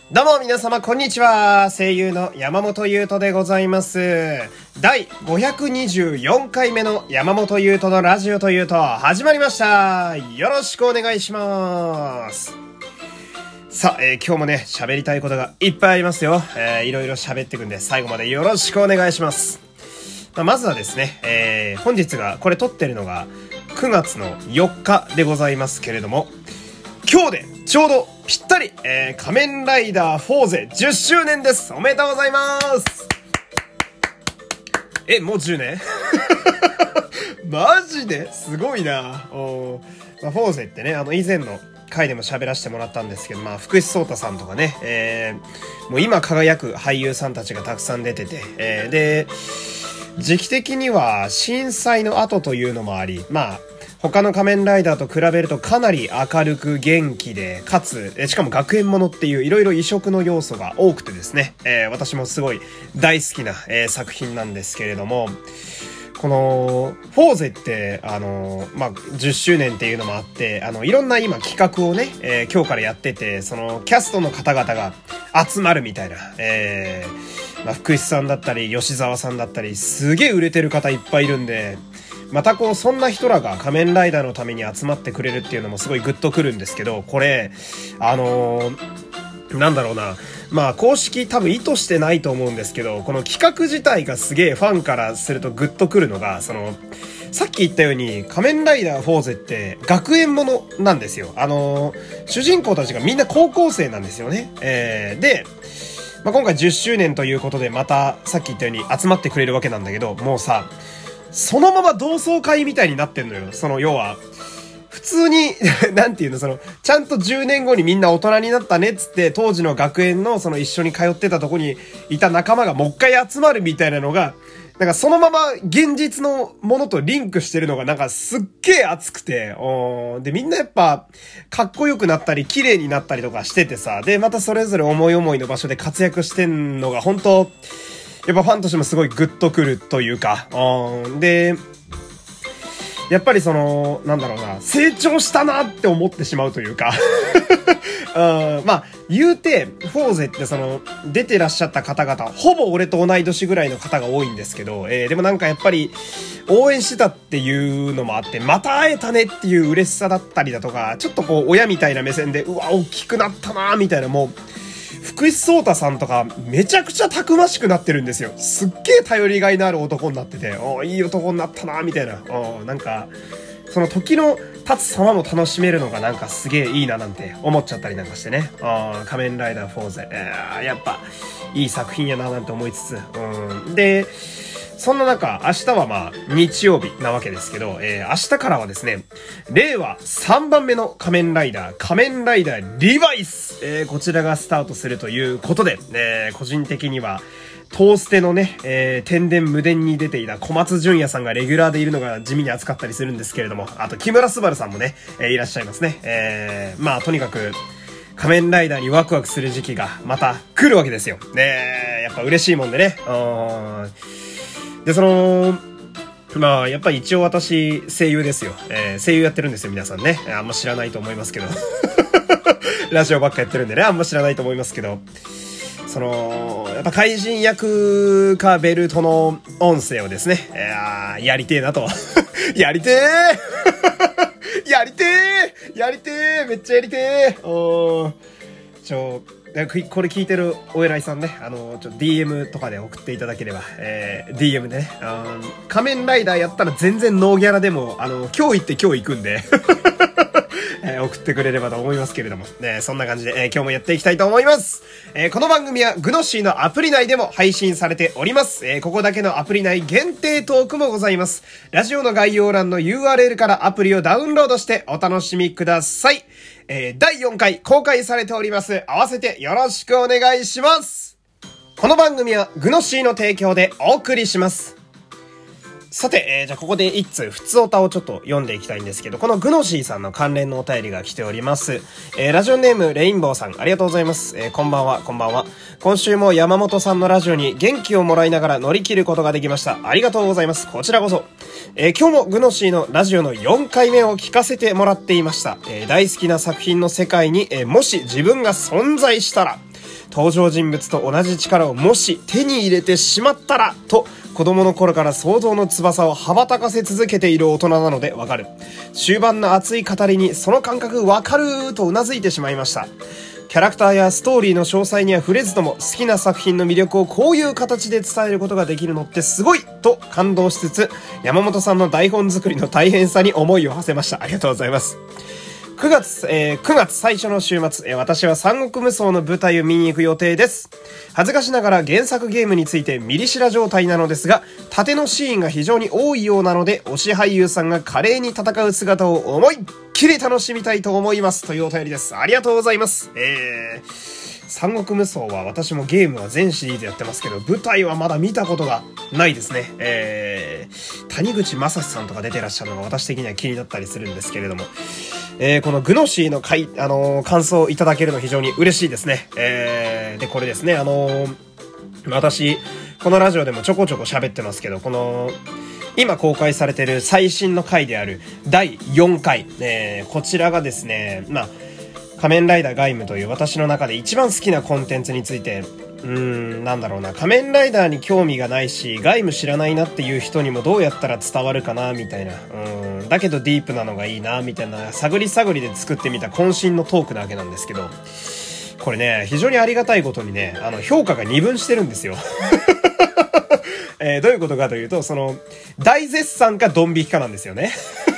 どうも皆様こんにちは。声優の山本優斗でございます。第524回目の山本優斗のラジオというと始まりました。よろしくお願いします。さあ、今日もね喋りたいことがいっぱいありますよ。いろいろ喋っていくんで最後までよろしくお願いします。まずはですね、本日がこれ撮ってるのが9月の4日でございますけれども、今日でちょうどぴったり、仮面ライダーフォーゼ10周年です。おめでとうございます。もう10年マジですごいな。フォーゼってね、以前の回でも喋らせてもらったんですけど、福士蒼汰さんとかね、もう今輝く俳優さんたちがたくさん出てて、で、時期的には震災の後というのもあり、他の仮面ライダーと比べるとかなり明るく元気で、かつ、しかも学園ものっていういろいろ異色の要素が多くてですね、私もすごい大好きな、作品なんですけれども、この、フォーゼって、10周年っていうのもあって、いろんな今企画をね、今日からやってて、その、キャストの方々が集まるみたいな、福士さんだったり、吉沢さんだったり、すげえ売れてる方いっぱいいるんで、またそんな人らが仮面ライダーのために集まってくれるっていうのもすごいグッとくるんですけど、これ、なんだろうな。公式多分意図してないと思うんですけど、この企画自体がすげえファンからするとグッとくるのが、さっき言ったように仮面ライダーフォーゼって学園ものなんですよ。主人公たちがみんな高校生なんですよね。で、今回10周年ということでまたさっき言ったように集まってくれるわけなんだけど、もうさ、そのまま同窓会みたいになってんのよ。要は、普通に、なんていうの、ちゃんと10年後にみんな大人になったねっつって、当時の学園の一緒に通ってたとこにいた仲間がもう一回集まるみたいなのが、そのまま現実のものとリンクしてるのがすっげえ熱くて、で、みんなやっぱ、かっこよくなったり、綺麗になったりとかしててさ、で、またそれぞれ思い思いの場所で活躍してんのが、本当やっぱファンとしてもすごいグッとくるというか、で、やっぱりなんだろうな、成長したなって思ってしまうというか、言うて、フォーゼって出てらっしゃった方々、ほぼ俺と同い年ぐらいの方が多いんですけど、でもやっぱり、応援してたっていうのもあって、また会えたねっていう嬉しさだったりだとか、ちょっと親みたいな目線で、うわ、大きくなったなみたいな、もう、福士蒼汰さんとかめちゃくちゃたくましくなってるんですよ。すっげえ頼りがいのある男になってて、いい男になったなみたいな、その時の経つ様も楽しめるのがすげえいいななんて思っちゃったりなんかしてね。仮面ライダーフォーゼ、やっぱいい作品やななんて思いつつ、で、そんな中、明日は日曜日なわけですけど、明日からはですね、令和3番目の仮面ライダーリバイス、こちらがスタートするということで、個人的には、トーステのね、天伝無伝に出ていた小松純也さんがレギュラーでいるのが地味に熱かったりするんですけれども、あと木村昴さんもね、いらっしゃいますね。とにかく、仮面ライダーにワクワクする時期がまた来るわけですよ。やっぱ嬉しいもんでね。で、やっぱり一応私、声優ですよ。声優やってるんですよ、皆さんね。あんま知らないと思いますけど。ラジオばっかやってるんでね、あんま知らないと思いますけど。やっぱ怪人役かベルトの音声をですね、やりてえなと。やりてえやりてえやりてえめっちゃやりてえこれ聞いてるお偉いさんね、DM とかで送っていただければ、DM でね、仮面ライダーやったら全然ノーギャラでも、今日行って今日行くんで、送ってくれればと思いますけれども、そんな感じで、今日もやっていきたいと思います。この番組はグノシーのアプリ内でも配信されております。ここだけのアプリ内限定トークもございます。ラジオの概要欄の URL からアプリをダウンロードしてお楽しみください。第4回公開されております。合わせてよろしくお願いします。この番組はグノシーの提供でお送りします。さて、じゃあここで一通、普通オタをちょっと読んでいきたいんですけど、このグノシーさんの関連のお便りが来ております。ラジオネームレインボーさん、ありがとうございます。こんばんは。今週も山本さんのラジオに元気をもらいながら乗り切ることができました。ありがとうございます。こちらこそ。今日もグノシーのラジオの4回目を聞かせてもらっていました。大好きな作品の世界に、もし自分が存在したら、 登場人物と同じ力をもし手に入れてしまったらと子供の頃から想像の翼を羽ばたかせ続けている大人なのでわかる。終盤の熱い語りにその感覚わかるとうなずいてしまいました。キャラクターやストーリーの詳細には触れずとも好きな作品の魅力をこういう形で伝えることができるのってすごいと感動しつつ、山本さんの台本作りの大変さに思いを馳せました。ありがとうございます。9月最初の週末、私は三国無双の舞台を見に行く予定です。恥ずかしながら原作ゲームについてミリ知ら状態なのですが、盾のシーンが非常に多いようなので、推し俳優さんが華麗に戦う姿を思いっきり楽しみたいと思います。というお便りです。ありがとうございます。三国無双は私もゲームは全シリーズやってますけど、舞台はまだ見たことがないですね。谷口正史さんとか出てらっしゃるのが私的には気になったりするんですけれども、このグノシーの感想をいただけるの非常に嬉しいですね。で、これですね、私、このラジオでもちょこちょこ喋ってますけど、この、今公開されている最新の回である第4回、こちらがですね、仮面ライダーガイムという私の中で一番好きなコンテンツについて、なんだろうな、仮面ライダーに興味がないし、ガイム知らないなっていう人にもどうやったら伝わるかな、みたいな。だけどディープなのがいいな、みたいな、探り探りで作ってみた渾身のトークなわけなんですけど、これね、非常にありがたいことにね、評価が二分してるんですよ。どういうことかというと、大絶賛かドン引きかなんですよね。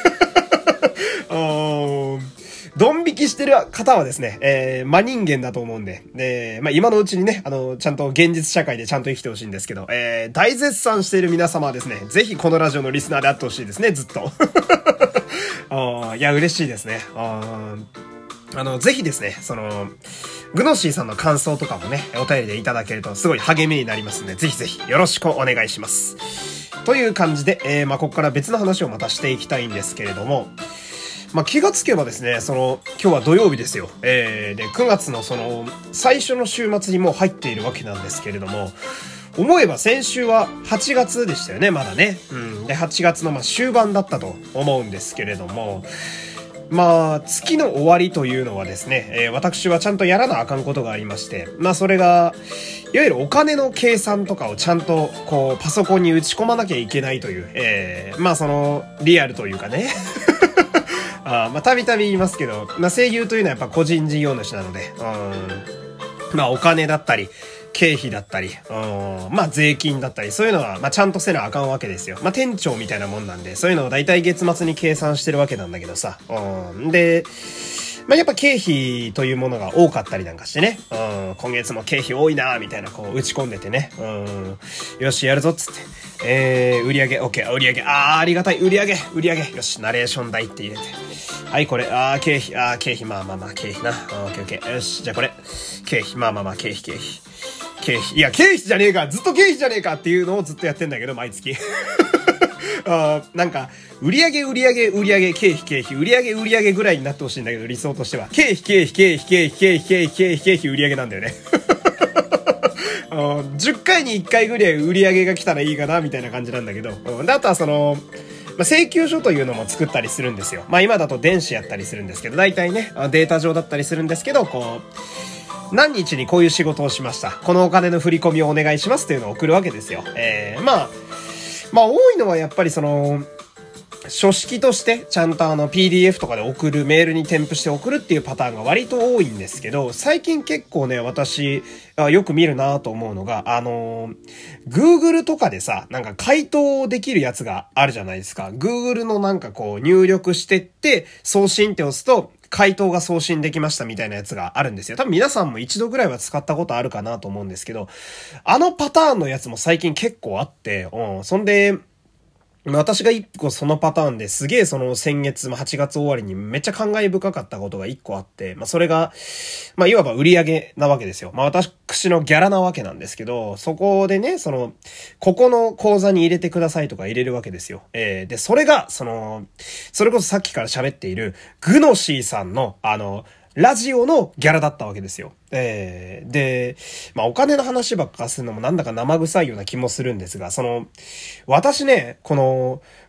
ドン引きしてる方はですね、真人間だと思うんで、今のうちにね、ちゃんと現実社会でちゃんと生きてほしいんですけど、大絶賛している皆様はですね、ぜひこのラジオのリスナーであってほしいですね、ずっと。いや、嬉しいですね。ぜひですね、グノシーさんの感想とかもね、お便りでいただけるとすごい励みになりますので、ぜひぜひよろしくお願いします。という感じで、ここから別の話をまたしていきたいんですけれども、気がつけばですね、今日は土曜日ですよ。で、9月の最初の週末にもう入っているわけなんですけれども、思えば先週は8月でしたよね、まだね。で、8月の終盤だったと思うんですけれども、月の終わりというのはですね、私はちゃんとやらなあかんことがありまして、それが、いわゆるお金の計算とかをちゃんと、パソコンに打ち込まなきゃいけないという、リアルというかね。たびたび言いますけど、声優というのはやっぱ個人事業主なので、お金だったり、経費だったり、税金だったり、そういうのは、ちゃんとせなあかんわけですよ。店長みたいなもんなんで、そういうのを大体月末に計算してるわけなんだけどさ。で、やっぱ経費というものが多かったりなんかしてね。今月も経費多いなーみたいな、打ち込んでてね。よし、やるぞっつって。売上、OK、売上、ありがたい、売上、よし、ナレーション代って入れて。はい、これ、経費、経費、経費な。OK、よし、じゃあこれ、経費、経費。いや、経費じゃねえかずっと経費じゃねえかっていうのをずっとやってんだけど、毎月。なんか、売上、経費、売上ぐらいになってほしいんだけど、理想としては。経費、売上なんだよね。10回に1回ぐらい売上が来たらいいかな、みたいな感じなんだけど。あとは請求書というのも作ったりするんですよ。今だと電子やったりするんですけど、大体ね、データ上だったりするんですけど、何日にこういう仕事をしました。このお金の振り込みをお願いしますっていうのを送るわけですよ。多いのはやっぱり書式としてちゃんとPDF とかで送る、メールに添付して送るっていうパターンが割と多いんですけど、最近結構ね、私よく見るなと思うのが、Google とかでさ、なんか回答できるやつがあるじゃないですか。Google のなんか入力してって送信って押すと回答が送信できましたみたいなやつがあるんですよ。多分皆さんも一度ぐらいは使ったことあるかなと思うんですけど、パターンのやつも最近結構あって、そんで、私が一個そのパターンですげえ先月8月終わりにめっちゃ感慨深かったことが一個あって、それが、いわば売り上げなわけですよ。私のギャラなわけなんですけど、そこでね、ここの口座に入れてくださいとか入れるわけですよ。で、それが、それこそさっきから喋っている、グノシーさんの、ラジオのギャラだったわけですよ。で、お金の話ばっかするのもなんだか生臭いような気もするんですが、私ね、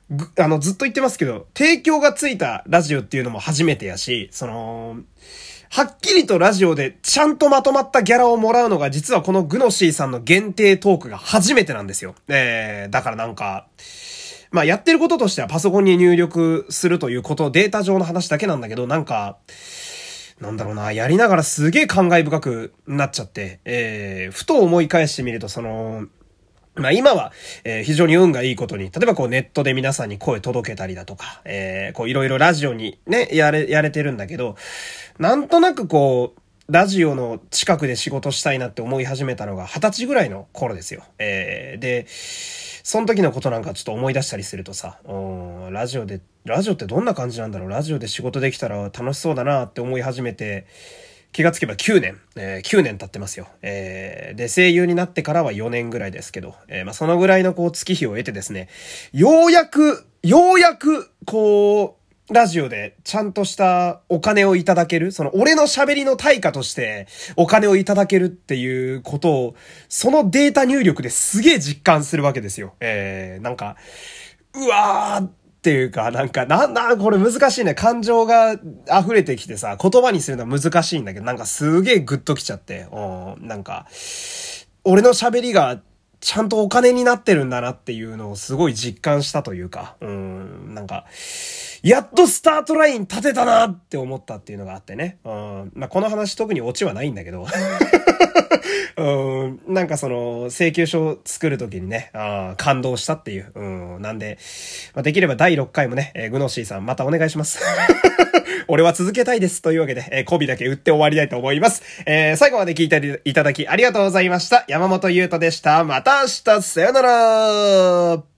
ずっと言ってますけど、提供がついたラジオっていうのも初めてやし、 はっきりとラジオでちゃんとまとまったギャラをもらうのが実はこのグノシーさんの限定トークが初めてなんですよ。だからなんか、まあやってることとしてはパソコンに入力するということ、データ上の話だけなんだけど、なんか、なんだろうな、やりながらすげえ感慨深くなっちゃって、ふと思い返してみると、まあ今は、非常に運がいいことに、例えばこうネットで皆さんに声届けたりだとか、こういろいろラジオにね、やれてるんだけど、なんとなくこう、ラジオの近くで仕事したいなって思い始めたのが20歳ぐらいの頃ですよ。で、その時のことなんかちょっと思い出したりするとさ、ラジオってどんな感じなんだろう、ラジオで仕事できたら楽しそうだなって思い始めて、気がつけば9年、9年経ってますよ。で、声優になってからは4年ぐらいですけど、まあ、そのぐらいのこう月日を得てですね、ようやく、こう、ラジオでちゃんとしたお金をいただける、俺の喋りの対価としてお金をいただけるっていうことを、そのデータ入力ですげえ実感するわけですよ。なんか、うわーっていうか、なんか、これ難しいね。感情が溢れてきてさ、言葉にするのは難しいんだけど、なんかすげえグッときちゃって、なんか、俺の喋りがちゃんとお金になってるんだなっていうのをすごい実感したというか、なんか、やっとスタートライン立てたなって思ったっていうのがあってね。まあ、この話特にオチはないんだけど、なんか請求書を作るときにね、感動したっていう。なんで、まあ、できれば第6回もね、グノシーさんまたお願いします。俺は続けたいです。というわけで、媚びだけ打って終わりたいと思います。最後まで聞いていただきありがとうございました。山本優斗でした。また明日、さよなら。